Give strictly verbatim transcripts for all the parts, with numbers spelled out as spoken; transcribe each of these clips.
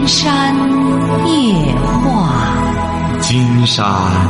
金山夜话， 金山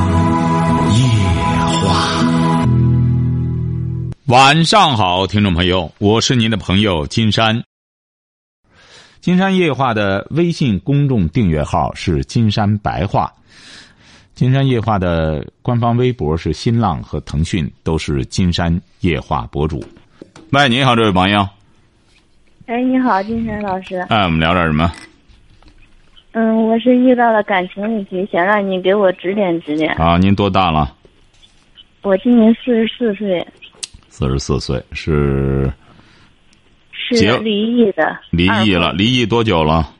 夜话。 晚上好，听众朋友，我是您的朋友金山。金山夜话的微信公众订阅号是金山白话，金山夜话的官方微博是新浪和腾讯，都是金山夜话博主。喂，你好，这位朋友。 哎，你好，金山老师。 哎，我们聊点什么？ 嗯，我是遇到了感情问题，想让你给我指点指点。 啊，您多大了？ 我今年四十四岁。 四十四岁，是是离异的。 离异了，离异多久了？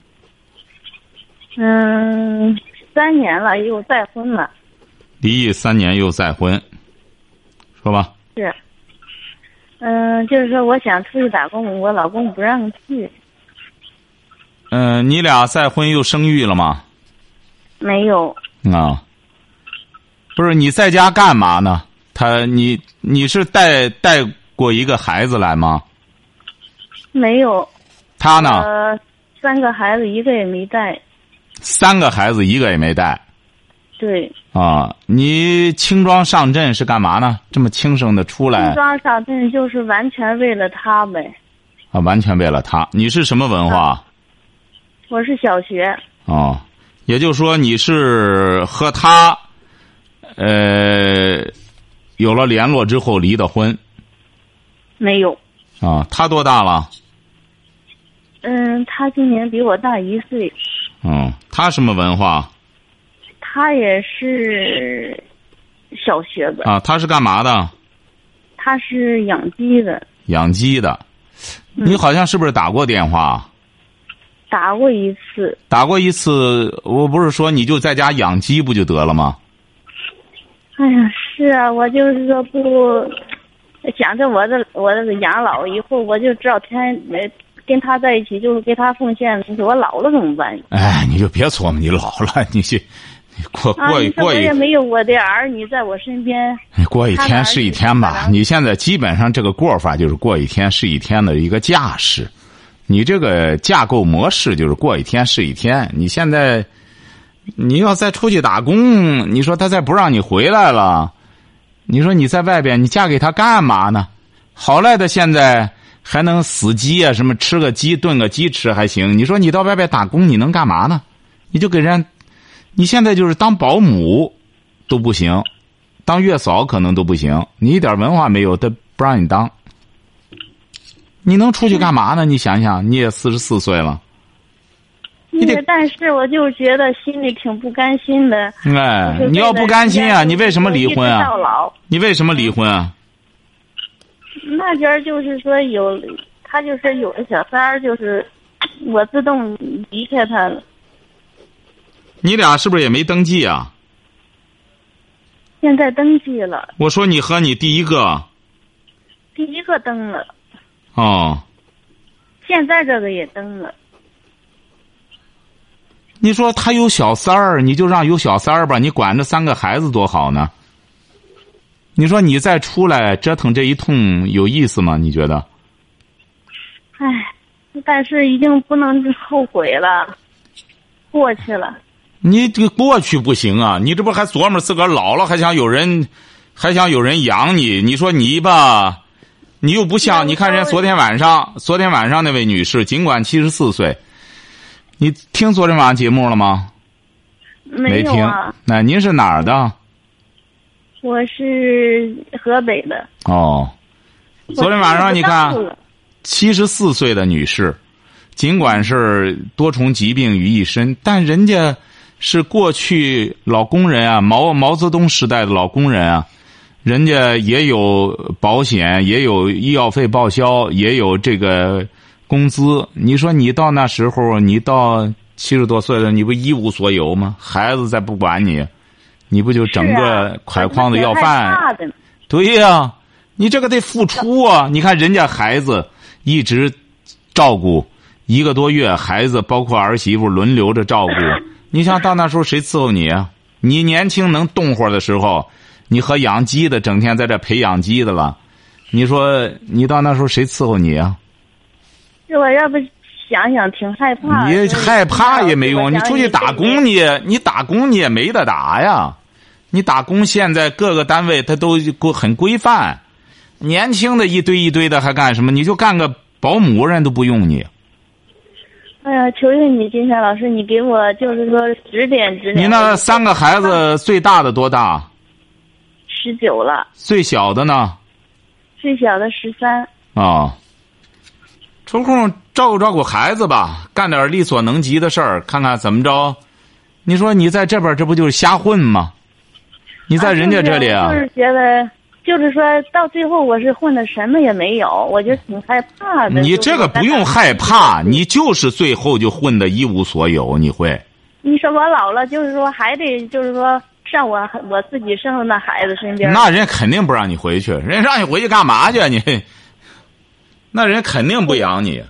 嗯，三年了，又再婚了。 离异三年又再婚，说吧。 是。嗯，就是说我想出去打工，我老公不让去。 嗯、呃，你俩再婚又生育了吗？ 没有。 啊，不是，你在家干嘛呢？他，你你是带带过一个孩子来吗？ 没有。 他呢？ 呃，三个孩子一个也没带。 三个孩子一个也没带。 对。 啊，你轻装上阵是干嘛呢？这么轻声的出来。 轻装上阵就是完全为了他呗。 啊，完全为了他。你是什么文化？啊、 我是小学。 哦，也就是说你是和他，呃，有了联络之后离的婚。 没有。 啊，他多大了？ 嗯，他今年比我大一岁。 嗯，他什么文化？ 他也是小学的。 啊，他是干嘛的？ 他是养鸡的。 养鸡的， 嗯、 你好像是不是打过电话？ 打过一次。 打过一次，我不是说你就在家养鸡不就得了吗？ 哎呀，是啊，我就是说不想着我的我的养老以后，我就知道天跟他在一起，就是给他奉献。你说我老了怎么办？ 哎，你就别琢磨你老了，你去。你过过一、啊、过一， 我也没有我的儿女在我身边。 过一天是一天吧。你现在基本上这个过法就是过一天是一天的一个架势，你这个架构模式就是过一天是一天。你现在你要再出去打工，你说他再不让你回来了，你说你在外边你嫁给他干嘛呢？好赖的现在还能死鸡啊，什么吃个鸡炖个鸡吃还行。你说你到外边打工你能干嘛呢？你就给人。你现在就是当保姆都不行，当月嫂可能都不行，你一点文化没有，他不让你当。你能出去干嘛呢？你想想，你也四十四岁了。 你得，但是我就觉得心里挺不甘心的。 哎，你要不甘心啊，你为什么离婚啊？你为什么离婚啊？ 那边就是说有，他就是有个小三儿，就是我自动离开他了。 你俩是不是也没登记啊？ 现在登记了。 我说你和你第一个。 第一个登了。 哦。 现在这个也登了。 你说他有小三儿，你就让有小三儿吧，你管着三个孩子多好呢。你说你再出来折腾这一通有意思吗？你觉得？ 唉，但是已经不能后悔了，过去了。 你这个过去不行啊！你这不还琢磨自个儿老了，还想有人，还想有人养你？你说你吧，你又不像，你看人昨天晚上，昨天晚上那位女士，尽管七十四岁，你听昨天晚上节目了吗？ 没有啊。 没听。那您是哪儿的？ 我是河北的。 哦，昨天晚上你看，七十四岁的女士，尽管是多重疾病于一身，但人家。是过去老工人啊，毛毛泽东时代的老工人啊，人家也有保险，也有医药费报销，也有这个工资。你说你到那时候，你到七十多岁了，你不一无所有吗？孩子再不管你，你不就整个挎筐子要饭？对呀、啊，你这个得付出啊！你看人家孩子一直照顾一个多月，孩子包括儿媳妇轮流着照顾。你想到那时候谁伺候你啊？你年轻能动活的时候，你和养鸡的整天在这培养鸡的了，你说你到那时候谁伺候你啊？ 我要不想想挺害怕。 你害怕也没用，你出去打工你你打工你也没得打呀。你打工现在各个单位它都很规范，年轻的一堆一堆的还干什么？你就干个保姆人都不用你。 哎呀，求求你，金山老师，你给我就是说指点指点。 你那三个孩子最大的多大？ 十九了。 最小的呢？ 最小的十三。 啊，抽空照顾照顾孩子吧，干点力所能及的事儿，看看怎么着。你说你在这边这不就是瞎混吗？你在人家这里啊？ 啊就是觉得，就是说到最后我是混的什么也没有，我就挺害怕的。 你这个不用害怕，你就是最后就混得一无所有，你会。 你说我老了，就是说还得就是说上我我自己生的那孩子身边。 那人肯定不让你回去，人让你回去干嘛去？你，那人肯定不养你。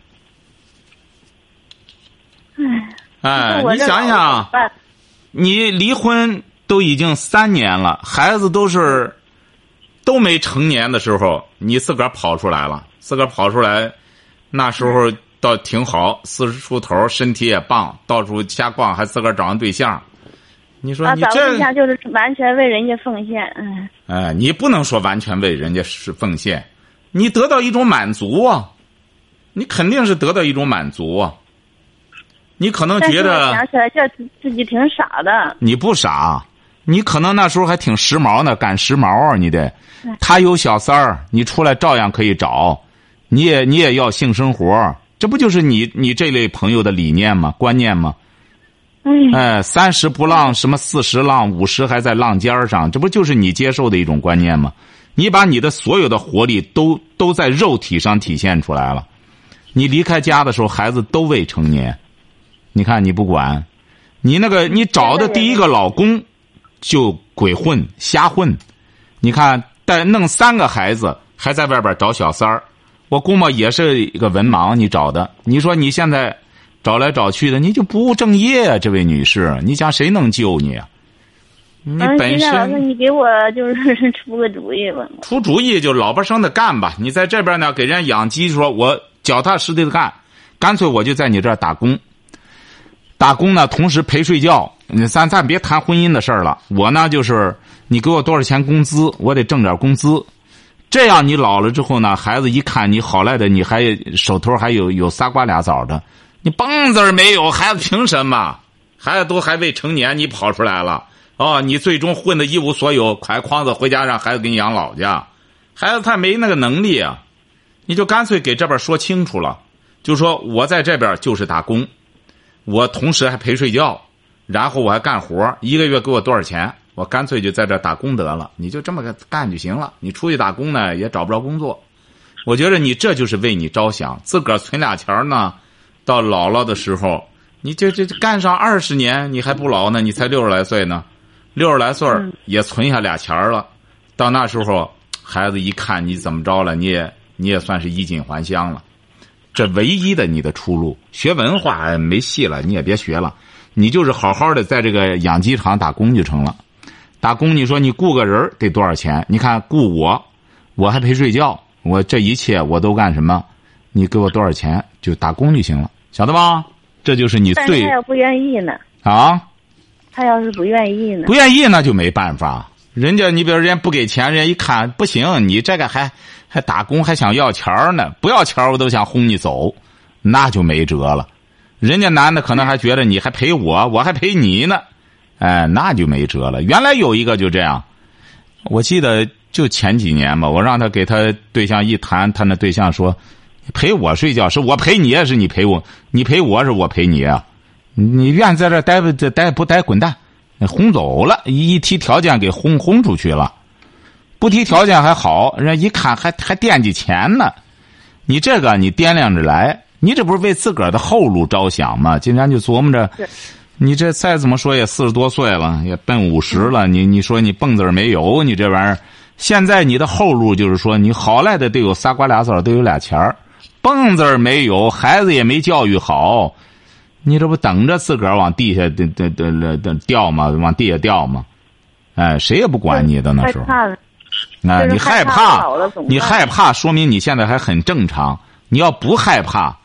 唉， 哎，你想想，你离婚都已经三年了，孩子都是都没成年的时候，你自个儿跑出来了，自个儿跑出来，那时候倒挺好，四十出头，身体也棒，到处瞎逛，还自个儿找上对象。你说你这、啊、 找对象就是完全为人家奉献，嗯。 哎，你不能说完全为人家是奉献，你得到一种满足啊，你肯定是得到一种满足啊。你可能觉得想起来这自己挺傻的。 你不傻，你可能那时候还挺时髦呢，赶时髦啊！你得，他有小三儿，你出来照样可以找，你也你也要性生活，这不就是你你这类朋友的理念吗？观念吗？ 嗯、 哎，三十不浪，什么四十浪，五十还在浪尖上，这不就是你接受的一种观念吗？你把你的所有的活力都都在肉体上体现出来了。你离开家的时候，孩子都未成年。你看你不管，你那个你找的第一个老公就鬼混瞎混，你看带弄三个孩子还在外边找小三儿，我估摸也是一个文盲你找的。你说你现在找来找去的，你就不务正业啊，这位女士，你想谁能救你啊？你本身、 啊、老师，你给我就是出个主意吧。 出主意就老不生的干吧。你在这边呢，给人家养鸡，说我脚踏实地的干，干脆我就在你这儿打工。打工呢，同时陪睡觉。咱咱别谈婚姻的事儿了。我呢，就是你给我多少钱工资，我得挣点工资。这样你老了之后呢，孩子一看你好赖的，你还手头还有有仨瓜俩枣的，你蹦子儿没有，孩子凭什么？孩子都还未成年，你跑出来了哦，你最终混得一无所有，挎筐子回家让孩子给你养老去。孩子他没那个能力啊，你就干脆给这边说清楚了，就说我在这边就是打工。我同时还陪睡觉，然后我还干活，一个月给我多少钱，我干脆就在这打工得了，你就这么个干就行了。你出去打工呢也找不着工作，我觉得你这就是为你着想，自个儿存俩钱呢，到老了的时候，你这这干上二十年你还不老呢，你才六十来岁呢，六十来岁也存下俩钱了，到那时候孩子一看你怎么着了，你也你也算是衣锦还乡了。这唯一的你的出路，学文化没戏了，你也别学了，你就是好好的在这个养鸡场打工就成了。打工你说你雇个人得多少钱？你看雇我，我还陪睡觉，我这一切我都干什么？你给我多少钱就打工就行了，晓得吧？这就是你最。 但是他要不愿意呢？ 啊？ 他要是不愿意呢？ 不愿意那就没办法。人家你比如人家不给钱，人家一看不行，你这个还还打工还想要钱呢，不要钱我都想轰你走，那就没辙了。人家男的可能还觉得你还陪我，我还陪你呢，哎，那就没辙了。原来有一个就这样，我记得就前几年吧，我让他给他对象一谈，他那对象说陪我睡觉是我陪你还是你陪我？你陪我是我陪你啊？你愿在这待不待不待滚蛋，轰走了，一提条件给轰轰出去了。不提条件还好，人家一看还还惦记钱呢。你这个你掂量着来，你这不是为自个儿的后路着想吗？今天就琢磨着，你这再怎么说也四十多岁了，也奔五十了，你你说你蹦子儿没有，你这玩意儿，现在你的后路就是说，你好赖的都有仨瓜俩枣，都有俩钱儿，蹦子儿没有，孩子也没教育好，你这不等着自个儿往地下的的的的掉吗？往地下掉吗？哎，谁也不管你的那时候。啊，你害怕，你害怕，说明你现在还很正常。你要不害怕，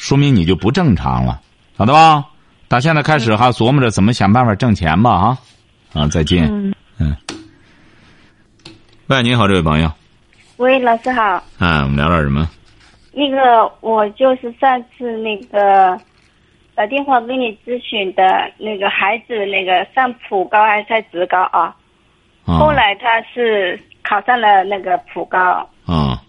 说明你就不正常了，晓得吧？打现在开始哈，琢磨着怎么想办法挣钱吧哈。啊，再见。嗯。嗯。喂，你好，这位朋友。 喂，老师好。 哎，我们聊点什么？ 那个，我就是上次那个打电话给你咨询的那个孩子，那个上普高还是在职高啊？ 啊。 后来他是考上了那个普高。 啊。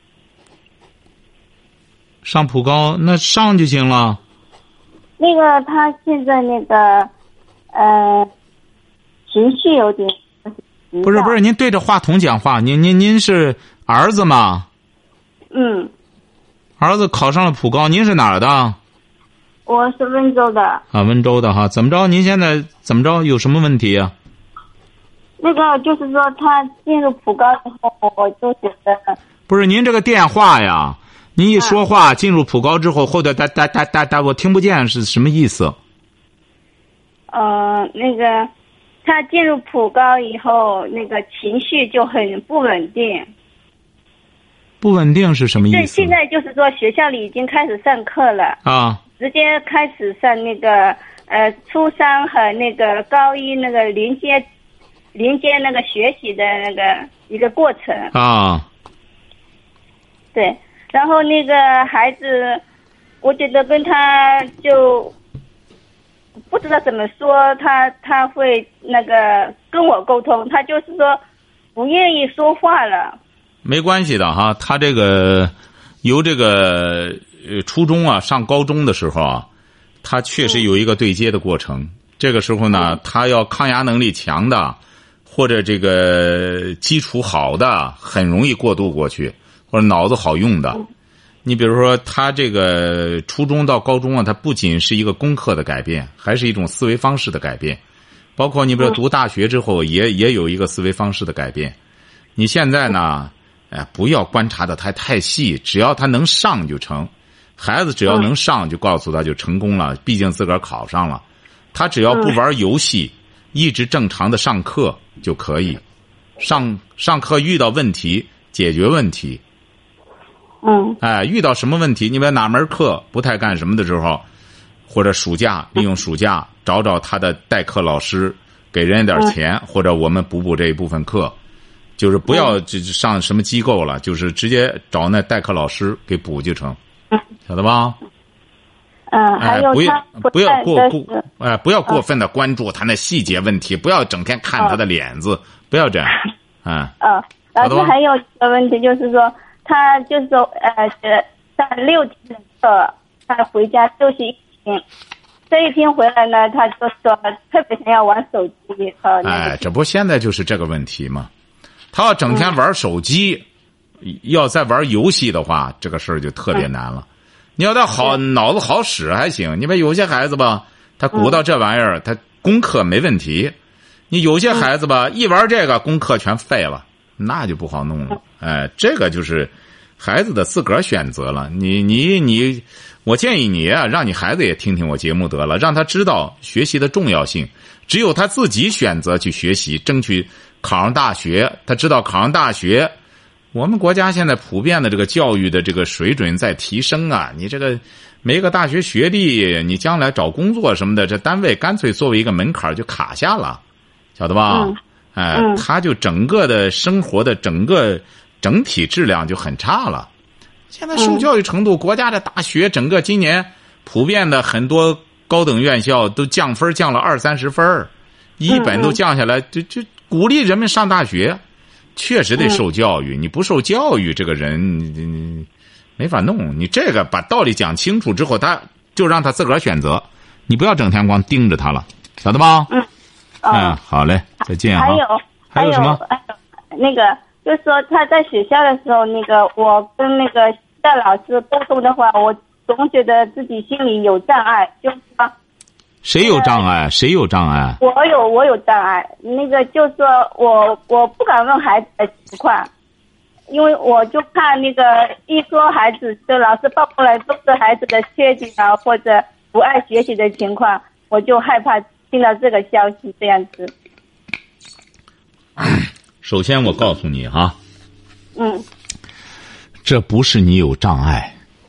上普高，那上就行了。 那个他现在那个，呃，情绪有点。 不是不是，您对着话筒讲话。您您您是儿子吗？ 嗯。 儿子考上了普高，您是哪儿的？ 我是温州的。 啊，温州的哈，怎么着？您现在怎么着？有什么问题啊？ 那个就是说，他进入普高以后，我就觉得。 不是您这个电话呀，您一说话、啊、进入普高之后，后头哒哒哒哒哒，我听不见是什么意思？ 呃，那个。他进入普高以后，那个情绪就很不稳定。 不稳定是什么意思？对， 现在就是说学校里已经开始上课了啊， 直接开始上那个呃初三和那个高一那个连接连接那个学习的那个一个过程啊。 对，然后那个孩子，我觉得跟他就。不知道怎么说，他他会那个跟我沟通，他就是说不愿意说话了。 没关系的哈，他这个由这个呃初中啊上高中的时候啊，他确实有一个对接的过程。嗯、这个时候呢，他要抗压能力强的，或者这个基础好的，很容易过渡过去，或者脑子好用的。嗯你比如说，他这个初中到高中啊，他不仅是一个功课的改变，还是一种思维方式的改变。包括你比如说读大学之后，也也有一个思维方式的改变。你现在呢，哎，不要观察的太太细，只要他能上就成。孩子只要能上，就告诉他就成功了，毕竟自个儿考上了。他只要不玩游戏，一直正常的上课就可以。上上课遇到问题，解决问题。 嗯， 哎，遇到什么问题，你比如哪门课不太干什么的时候，或者暑假利用暑假找找他的代课老师，给人家点钱，或者我们补补这一部分课，就是不要上什么机构了，就是直接找那代课老师给补就成，晓得吧？ 嗯，还有不要不要过过哎，不要过分的关注他那细节问题，不要整天看他的脸子，不要这样，嗯。 嗯，老师还有一个问题就是说。他就是说，呃，上六天的课，他回家休息一天。这一天回来呢，他就说特别想要玩手机和、那个。 哎，这不现在就是这个问题吗？他要整天玩手机，嗯、要再玩游戏的话，这个事儿就特别难了。嗯、你要他好脑子好使还行，你别有些孩子吧，他鼓捣这玩意儿，嗯、他功课没问题。你有些孩子吧，嗯、一玩这个功课全废了。那就不好弄了，哎，这个就是孩子的自个儿选择了。你你你，我建议你啊，让你孩子也听听我节目得了，让他知道学习的重要性。只有他自己选择去学习，争取考上大学。他知道考上大学，我们国家现在普遍的这个教育的这个水准在提升啊。你这个没个大学学历，你将来找工作什么的，这单位干脆作为一个门槛就卡下了，晓得吧？ 嗯哎，他就整个的生活的整个整体质量就很差了。现在受教育程度，国家的大学整个今年普遍的很多高等院校都降分降了二三十分，一本都降下来，就就鼓励人们上大学。确实得受教育，你不受教育，这个人你没法弄。你这个把道理讲清楚之后，他就让他自个儿选择，你不要整天光盯着他了，晓得吧？ 嗯。 嗯，好嘞，再见哈。还有， 还有什么？ 那个就是说他在学校的时候，那个我跟那个的老师沟通的话，我总觉得自己心里有障碍，就是说。 谁有障碍？谁有障碍？ 我有，我有障碍。那个就是说我我不敢问孩子的情况，因为我就怕那个一说孩子，就老师报过来都是孩子的缺点啊，或者不爱学习的情况，我就害怕。听到这个消息这样子， 首先我告诉你哈， 嗯， 这不是你有障碍，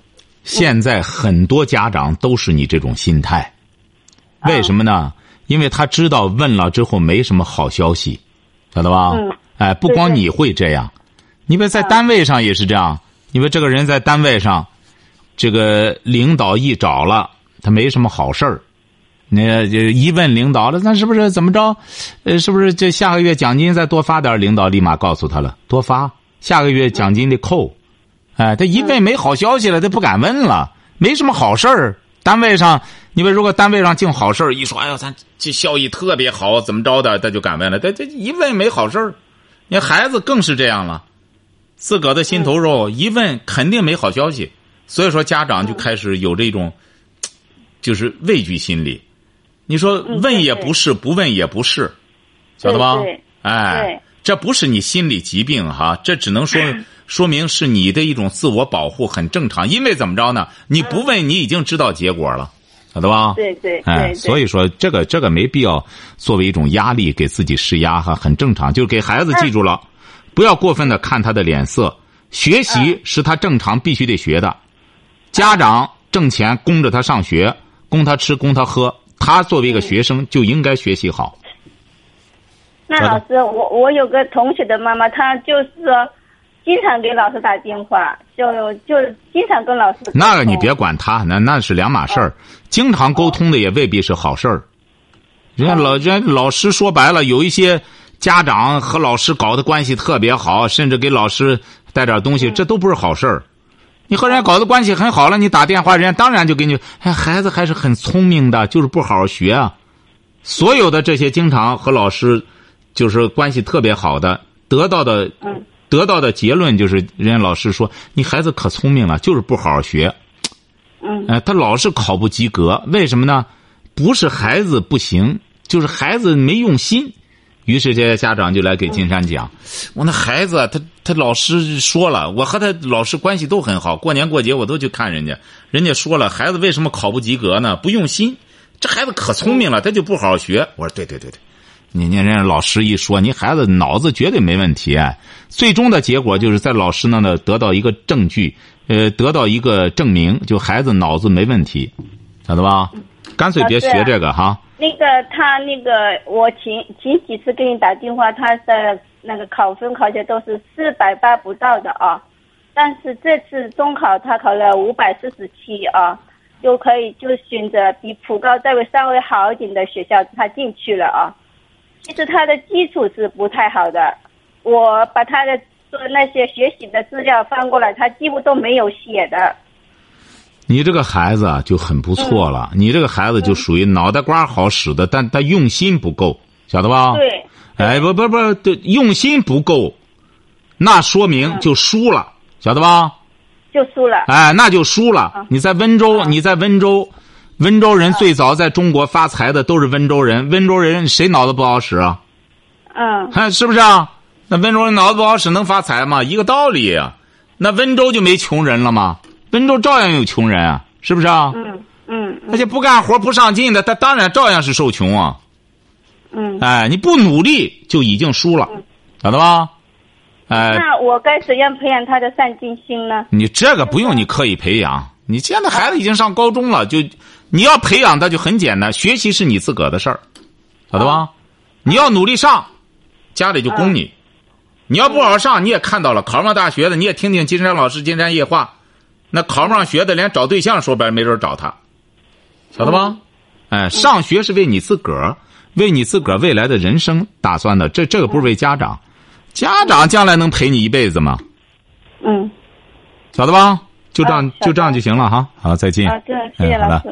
现在很多家长都是你这种心态，为什么呢？因为他知道问了之后没什么好消息，晓得吧？ 嗯， 哎，不光你会这样，你别在单位上也是这样。因为这个人在单位上，这个领导一找了，他没什么好事儿。那一问领导了，那是不是怎么着？呃，是不是这下个月奖金再多发点？领导立马告诉他了，多发，下个月奖金得扣。哎，他一问没好消息了，他不敢问了，没什么好事儿。单位上，你们如果单位上净好事儿，一说，哎呀，咱这效益特别好，怎么着的，他就敢问了。他这一问没好事儿，你孩子更是这样了。自个儿的心头肉一问肯定没好消息，所以说家长就开始有这种就是畏惧心理。你说问也不是，不问也不是，晓得吧？哎，这不是你心理疾病哈，这只能说说明是你的一种自我保护，很正常。因为怎么着呢？你不问，你已经知道结果了，晓得吧？ 对对， 哎，所以说这个这个没必要作为一种压力给自己施压哈，很正常。就是给孩子记住了。不要过分的看他的脸色，学习是他正常必须得学的。家长挣钱供着他上学，供他吃，供他喝，他作为一个学生就应该学习好。 那老师，我我有个同学的妈妈，她就是说经常给老师打电话，就就经常跟老师沟通。 那个你别管他，那那是两码事儿。经常沟通的也未必是好事儿。人家老人家老师说白了，有一些家长和老师搞的关系特别好，甚至给老师带点东西，这都不是好事儿。你和人家搞的关系很好了，你打电话，人家当然就给你，哎，孩子还是很聪明的，就是不好好学啊。所有的这些经常和老师就是关系特别好的，得到的得到的结论就是，人家老师说你孩子可聪明了，就是不好好学。 嗯， 哎，他老是考不及格，为什么呢？不是孩子不行，就是孩子没用心。于是这些家长就来给金山讲，我那孩子他他老师说了，我和他老师关系都很好，过年过节我都去看人家，人家说了，孩子为什么考不及格呢？不用心，这孩子可聪明了，他就不好好学。我说对对对对，你你人家老师一说，你孩子脑子绝对没问题。最终的结果就是在老师那呢得到一个证据，呃，得到一个证明，就孩子脑子没问题，晓得吧？干脆别学这个哈。 那个他那个我前前几次给你打电话，他的那个考分考起来都是四百八不到的啊，但是这次中考他考了五百四十七啊，就可以就选择比普高再微稍微好一点的学校，他进去了啊。其实他的基础是不太好的，我把他的做那些学习的资料翻过来，他几乎都没有写的。 你这个孩子啊就很不错了，嗯、你这个孩子就属于脑袋瓜好使的，嗯、但他用心不够，晓得吧？ 对。 哎，不不不，对，用心不够，那说明就输了，嗯、晓得吧？ 就输了。 哎，那就输了。 嗯、 你在温州，嗯、你在温州，温州人最早在中国发财的都是温州人，温州人谁脑子不好使啊？ 嗯。 哎，是不是啊？那温州人脑子不好使能发财吗？一个道理啊。那温州就没穷人了吗？温州照样有穷人啊，是不是啊？ 嗯嗯。 那些不干活不上进的，他当然照样是受穷啊。 嗯。 哎，你不努力就已经输了，晓得吧？哎。 那我该怎样培养他的上进心呢？ 你这个不用你刻意培养，你现在孩子已经上高中了，就你要培养他就很简单，学习是你自个儿的事儿，晓得吧？你要努力上，家里就供你。你要不好好上，你也看到了，考上大学的，你也听听金山老师金山夜话。那考不上学的，连找对象说白没准找他，晓得吧？哎，上学是为你自个儿，为你自个儿未来的人生打算的。这这个不是为家长，家长将来能陪你一辈子吗？ 嗯， 晓得吧？就这样，就这样就行了哈。好，再见。 好，这谢谢老师。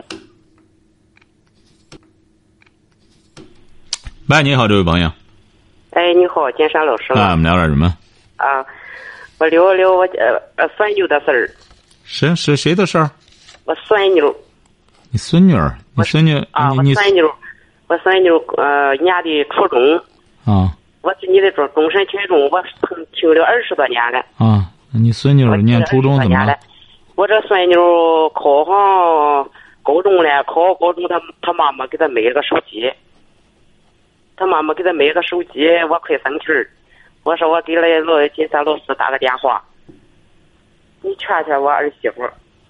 喂，你好，这位朋友。 哎，你好，金山老师。 啊，我们聊点什么？ 啊，我聊聊我呃呃孙女的事儿。 谁谁谁的事儿？ 我孙女。 你孙女儿？你孙女啊？ 你我孙女，我孙女呃念的初中。 啊。 我是你的中终身群众，我听了二十多年了。 啊，你孙女念初中怎么了？ 我这孙女考上高中了，考高中他他妈妈给他买了个手机，他妈妈给他买了个手机，我快生气儿，我说我给了老金山老师打个电话。你劝劝我儿媳妇。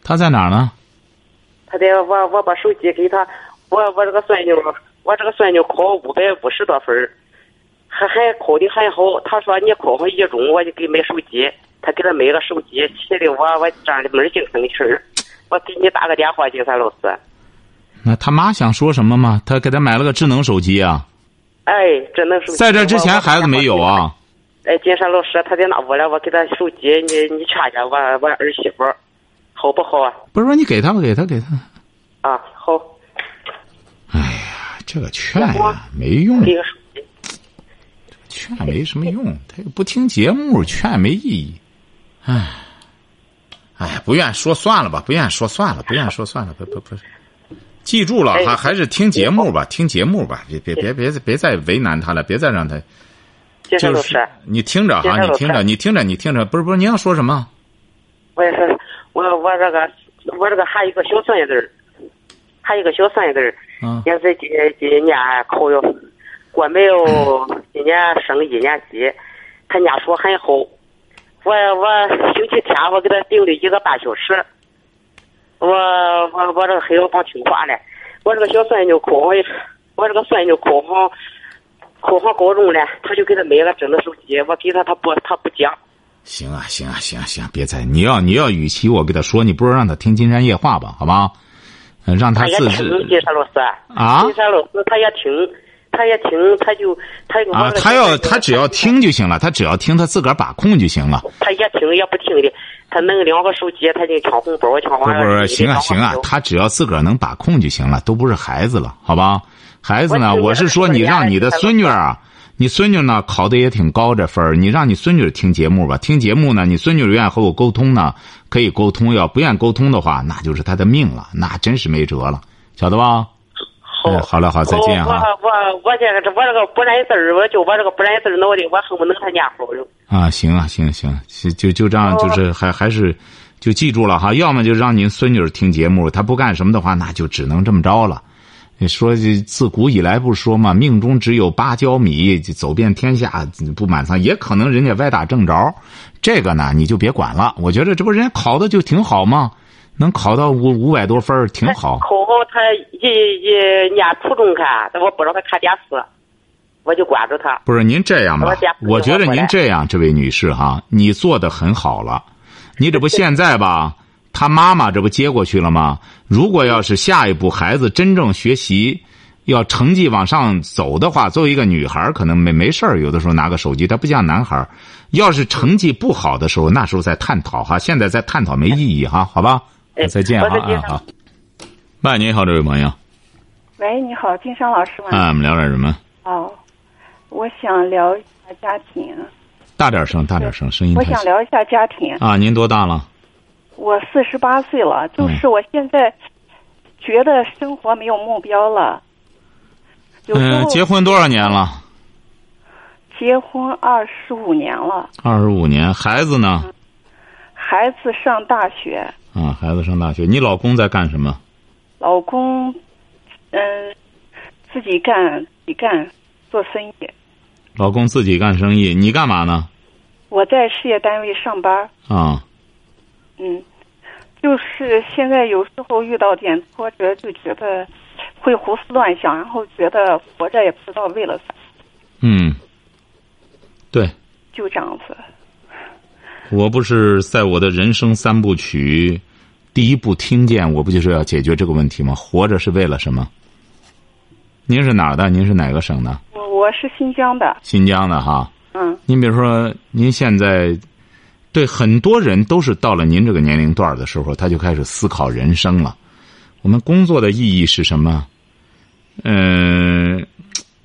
他在哪儿呢？ 他在我我把手机给他，我我这个孙女，我这个孙女考五百五十多分，还还考的很好。他说你考上一中，我就给买手机。他给他买个手机，气得我我站的门儿净生气儿。我给你打个电话，金山老师。 那他妈想说什么吗？他给他买了个智能手机啊。 哎，智能手机。 在这之前孩子没有啊。 哎，金山老师，他在那屋了，我给他手机，你你劝劝我我儿媳妇，好不好啊？ 不是说你给他吧，给他给他。 啊，好。 哎呀，这个劝呀没用。 给个手机。 劝没什么用，他又不听节目，劝没意义。唉，哎，不愿说算了吧，不愿说算了，不愿说算了，不不不，记住了，还还是听节目吧，听节目吧，别别别别别再为难他了，别再让他。就是你听着哈，你听着，你听着，你听着，不是不是，你要说什么？ 我也是，我我这个我这个还有一个小孙子，还有一个小孙子，嗯，也是今今年考有过没有，今年升一年级，他家说很好。我我星期天我给他订了一个半小时，我我我这个还要帮听话呢。我这个小孙女考上，我这个孙女考上考上高中了，他就给他买个智能手机，我给他他不他不讲。 行啊行啊行啊行啊，别再你要你要与其我给他说，你不如让他听金山夜话吧，好吧？嗯，让他自制。 金山老师啊， 金山老师他也听。他也听，他就他啊，他要他只要听就行了，他只要听，他自个儿把控就行了。 他也听也不听的，他弄两个手机，他就抢红包，抢完了。 不是，行啊行啊，他只要自个儿能把控就行了，都不是孩子了，好吧？孩子呢，我是说你让你的孙女啊，你孙女呢考的也挺高这分儿，你让你孙女听节目吧，听节目呢，你孙女愿意和我沟通呢，可以沟通；要不愿意沟通的话，那就是她的命了，那真是没辙了，晓得吧？哎，好了，好，再见哈。 我我我这个我这个不认字儿，我就我这个不认字儿脑袋，我恨不能他念好了。 啊，行啊，行行，就就这样，就是还还是就记住了哈。要么就让您孙女听节目，她不干什么的话，那就只能这么着了。你说自古以来不是说嘛，命中只有八角米，走遍天下不满仓，也可能人家歪打正着。这个呢，你就别管了。我觉得这不人家考的就挺好吗？能考到五五百多分挺好。 考好他一一念初中看，我不让他看电视，我就关注他。 不是您这样吧？我觉得您这样，这位女士哈，你做的很好了。你这不现在吧，他妈妈这不接过去了吗？如果要是下一步孩子真正学习，要成绩往上走的话，作为一个女孩可能没没事儿，有的时候拿个手机，她不像男孩。要是成绩不好的时候，那时候再探讨哈，现在再探讨没意义哈，好吧？再见哈，啊好。喂，你好，这位朋友。 喂，你好，金山老师吗？ 啊，我们聊点什么？ 哦，我想聊一下家庭。 大点声，大点声，声音太小。 我想聊一下家庭。 啊，您多大了？ 我四十八岁了，就是我现在觉得生活没有目标了。 嗯、呃，结婚多少年了？ 结婚二十五年了。 二十五年，孩子呢？ 嗯、孩子上大学。 啊，孩子上大学，你老公在干什么？ 老公，嗯、呃，自己干自己干做生意。 老公自己干生意，你干嘛呢？ 我在事业单位上班。 啊。 嗯，就是现在有时候遇到点挫折，就觉得会胡思乱想，然后觉得活着也不知道为了啥。 嗯。对。 就这样子。 我不是在我的人生三部曲第一部听见，我不就是要解决这个问题吗？活着是为了什么？您是哪儿的？您是哪个省的？ 我我是新疆的。 新疆的哈。 嗯。 您比如说，您现在对很多人都是到了您这个年龄段的时候，他就开始思考人生了。我们工作的意义是什么？嗯、呃，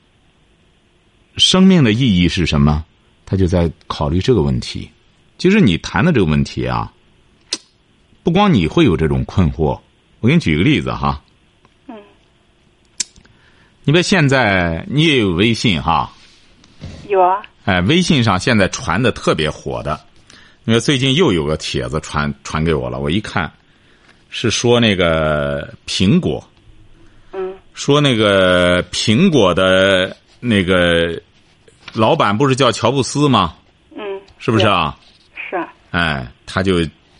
生命的意义是什么？他就在考虑这个问题。其实你谈的这个问题啊，不光你会有这种困惑。我给你举个例子哈。 嗯。 你别现在你也有微信哈。 有啊。 哎，微信上现在传的特别火的，因为最近又有个帖子传传给我了，我一看，是说那个苹果。 嗯。 说那个苹果的那个老板不是叫乔布斯吗？ 嗯。 是不是啊？ 是啊。 哎，他就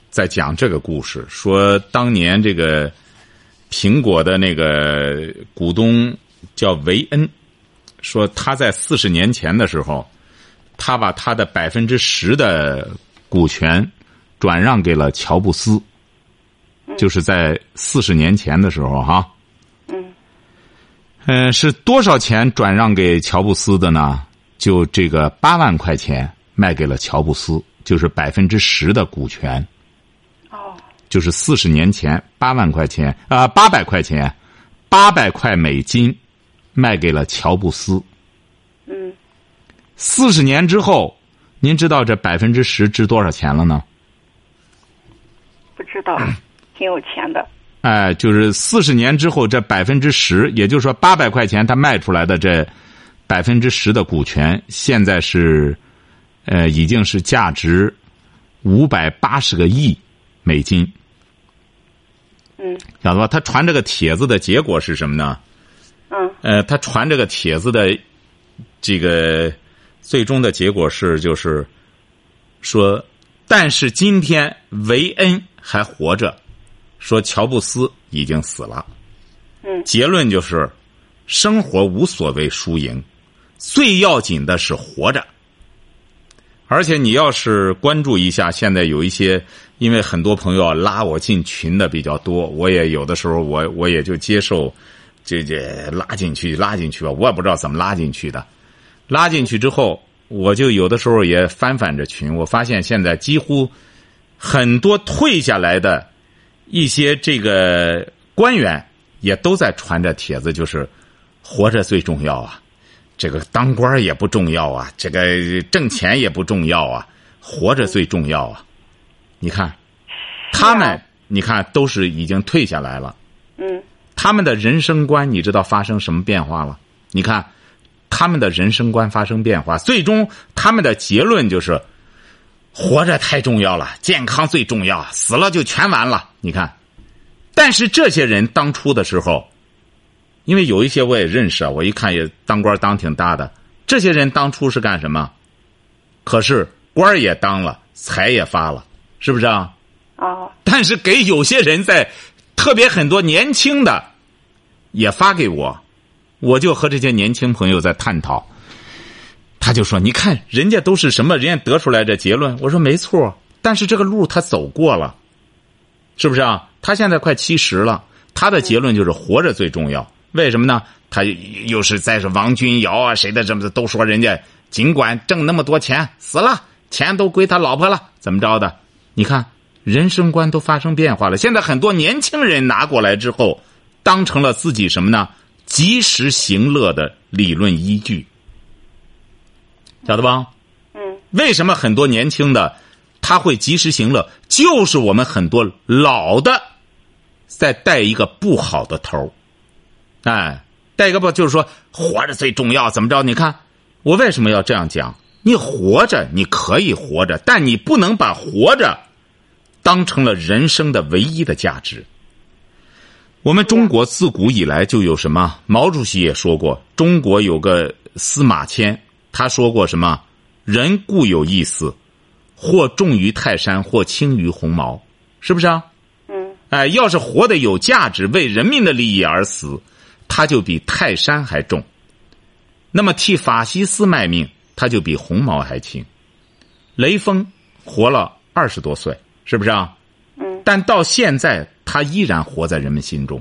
在讲这个故事，说当年这个苹果的那个股东叫维恩，说他在四十年前的时候，他把他的百分之十的股权转让给了乔布斯，就是在四十年前的时候哈。 嗯。 呃，是多少钱转让给乔布斯的呢？就这个八万块钱卖给了乔布斯，就是百分之十的股权。 哦。 就是四十年前八万块钱啊，八百块钱，八百块美金卖给了乔布斯。 嗯。 四十年之后，您知道这百分之十值多少钱了呢？ 不知道，挺有钱的。 哎，就是四十年之后，这百分之十，也就是说八百块钱他卖出来的这百分之十的股权，现在是，呃，已经是价值五百八十个亿美金。 嗯。 晓得吧？他传这个帖子的结果是什么呢？ 嗯。 呃，他传这个帖子的这个最终的结果是，就是说，但是今天维恩还活着。说乔布斯已经死了， 嗯， 结论就是生活无所谓输赢，最要紧的是活着。而且你要是关注一下，现在有一些，因为很多朋友拉我进群的比较多，我也有的时候我我也就接受这这拉进去拉进去吧，我也不知道怎么拉进去的。拉进去之后，我就有的时候也翻翻着群，我发现现在几乎很多退下来的一些这个官员也都在传着帖子，就是活着最重要啊，这个当官也不重要啊，这个挣钱也不重要啊，活着最重要啊。你看他们你看都是已经退下来了， 嗯， 他们的人生观你知道发生什么变化了？你看他们的人生观发生变化，最终他们的结论就是活着太重要了，健康最重要，死了就全完了。你看，但是这些人当初的时候，因为有一些我也认识啊，我一看也当官当挺大的，这些人当初是干什么？可是官也当了，财也发了，是不是啊？ 哦。 但是给有些人在，特别很多年轻的也发给我，我就和这些年轻朋友在探讨。他就说：“你看，人家都是什么？人家得出来这结论。”我说：“没错，但是这个路他走过了，是不是啊？他现在快七十了，他的结论就是活着最重要。为什么呢？他又是再是王君瑶啊，谁的这么都说人家尽管挣那么多钱，死了钱都归他老婆了，怎么着的？你看人生观都发生变化了。现在很多年轻人拿过来之后，当成了自己什么呢？及时行乐的理论依据。”晓得吧？ 嗯。 为什么很多年轻的他会及时行乐？就是我们很多老的在带一个不好的头，哎，带一个不就是说活着最重要，怎么着？你看我为什么要这样讲？你活着你可以活着，但你不能把活着当成了人生的唯一的价值。我们中国自古以来就有什么？毛主席也说过，中国有个司马迁。他说过什么？人固有一死，或重于泰山，或轻于鸿毛，是不是啊？ 嗯。 哎，要是活得有价值，为人民的利益而死，他就比泰山还重。那么替法西斯卖命，他就比鸿毛还轻。雷锋活了二十多岁，是不是啊？ 嗯。 但到现在，他依然活在人们心中。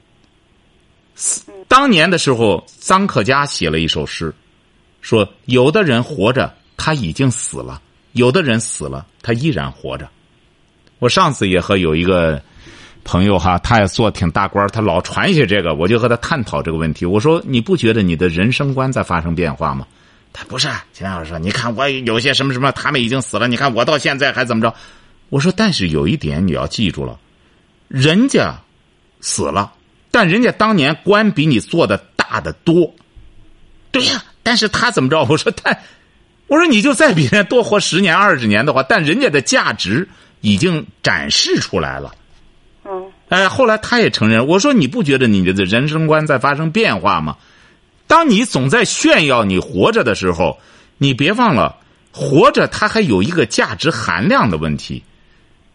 当年的时候，臧克家写了一首诗。说有的人活着他已经死了，有的人死了他依然活着。我上次也和有一个朋友哈，他也做挺大官，他老传一些这个，我就和他探讨这个问题。我说你不觉得你的人生观在发生变化吗？他不是，秦老师说，你看我有些什么什么他们已经死了，你看我到现在还怎么着。我说但是有一点你要记住了，人家死了，但人家当年官比你做的大得多。对呀，但是他怎么着？我说他，我说你就再比人家多活十年二十年的话，但人家的价值已经展示出来了。 嗯。 哎，后来他也承认。我说你不觉得你的人生观在发生变化吗？当你总在炫耀你活着的时候，你别忘了，活着它还有一个价值含量的问题。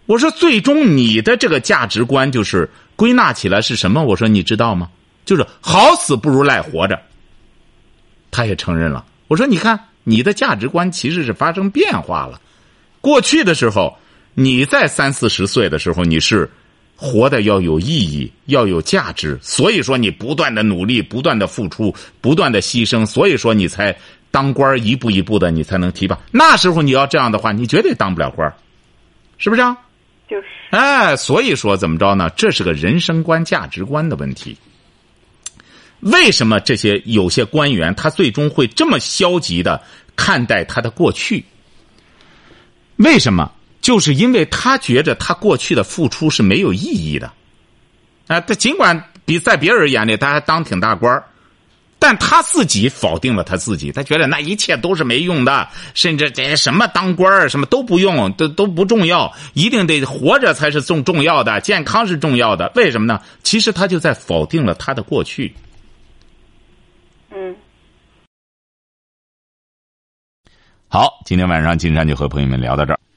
我说最终你的这个价值观就是归纳起来是什么？我说你知道吗？就是好死不如赖活着。他也承认了。我说你看你的价值观其实是发生变化了。过去的时候你在三四十岁的时候你是活得要有意义，要有价值，所以说你不断的努力，不断的付出，不断的牺牲，所以说你才当官，一步一步的你才能提拔。那时候你要这样的话你绝对当不了官，是不是啊？ 就是哎，所以说怎么着呢？这是个人生观价值观的问题。为什么这些有些官员他最终会这么消极的看待他的过去？为什么？就是因为他觉得他过去的付出是没有意义的。啊，他尽管比在别人眼里他还当挺大官，但他自己否定了他自己，他觉得那一切都是没用的，甚至这什么当官什么都不用，都都不重要，一定得活着才是重重要的，健康是重要的。为什么呢？其实他就在否定了他的过去。 嗯。 好，今天晚上金山就和朋友们聊到这儿。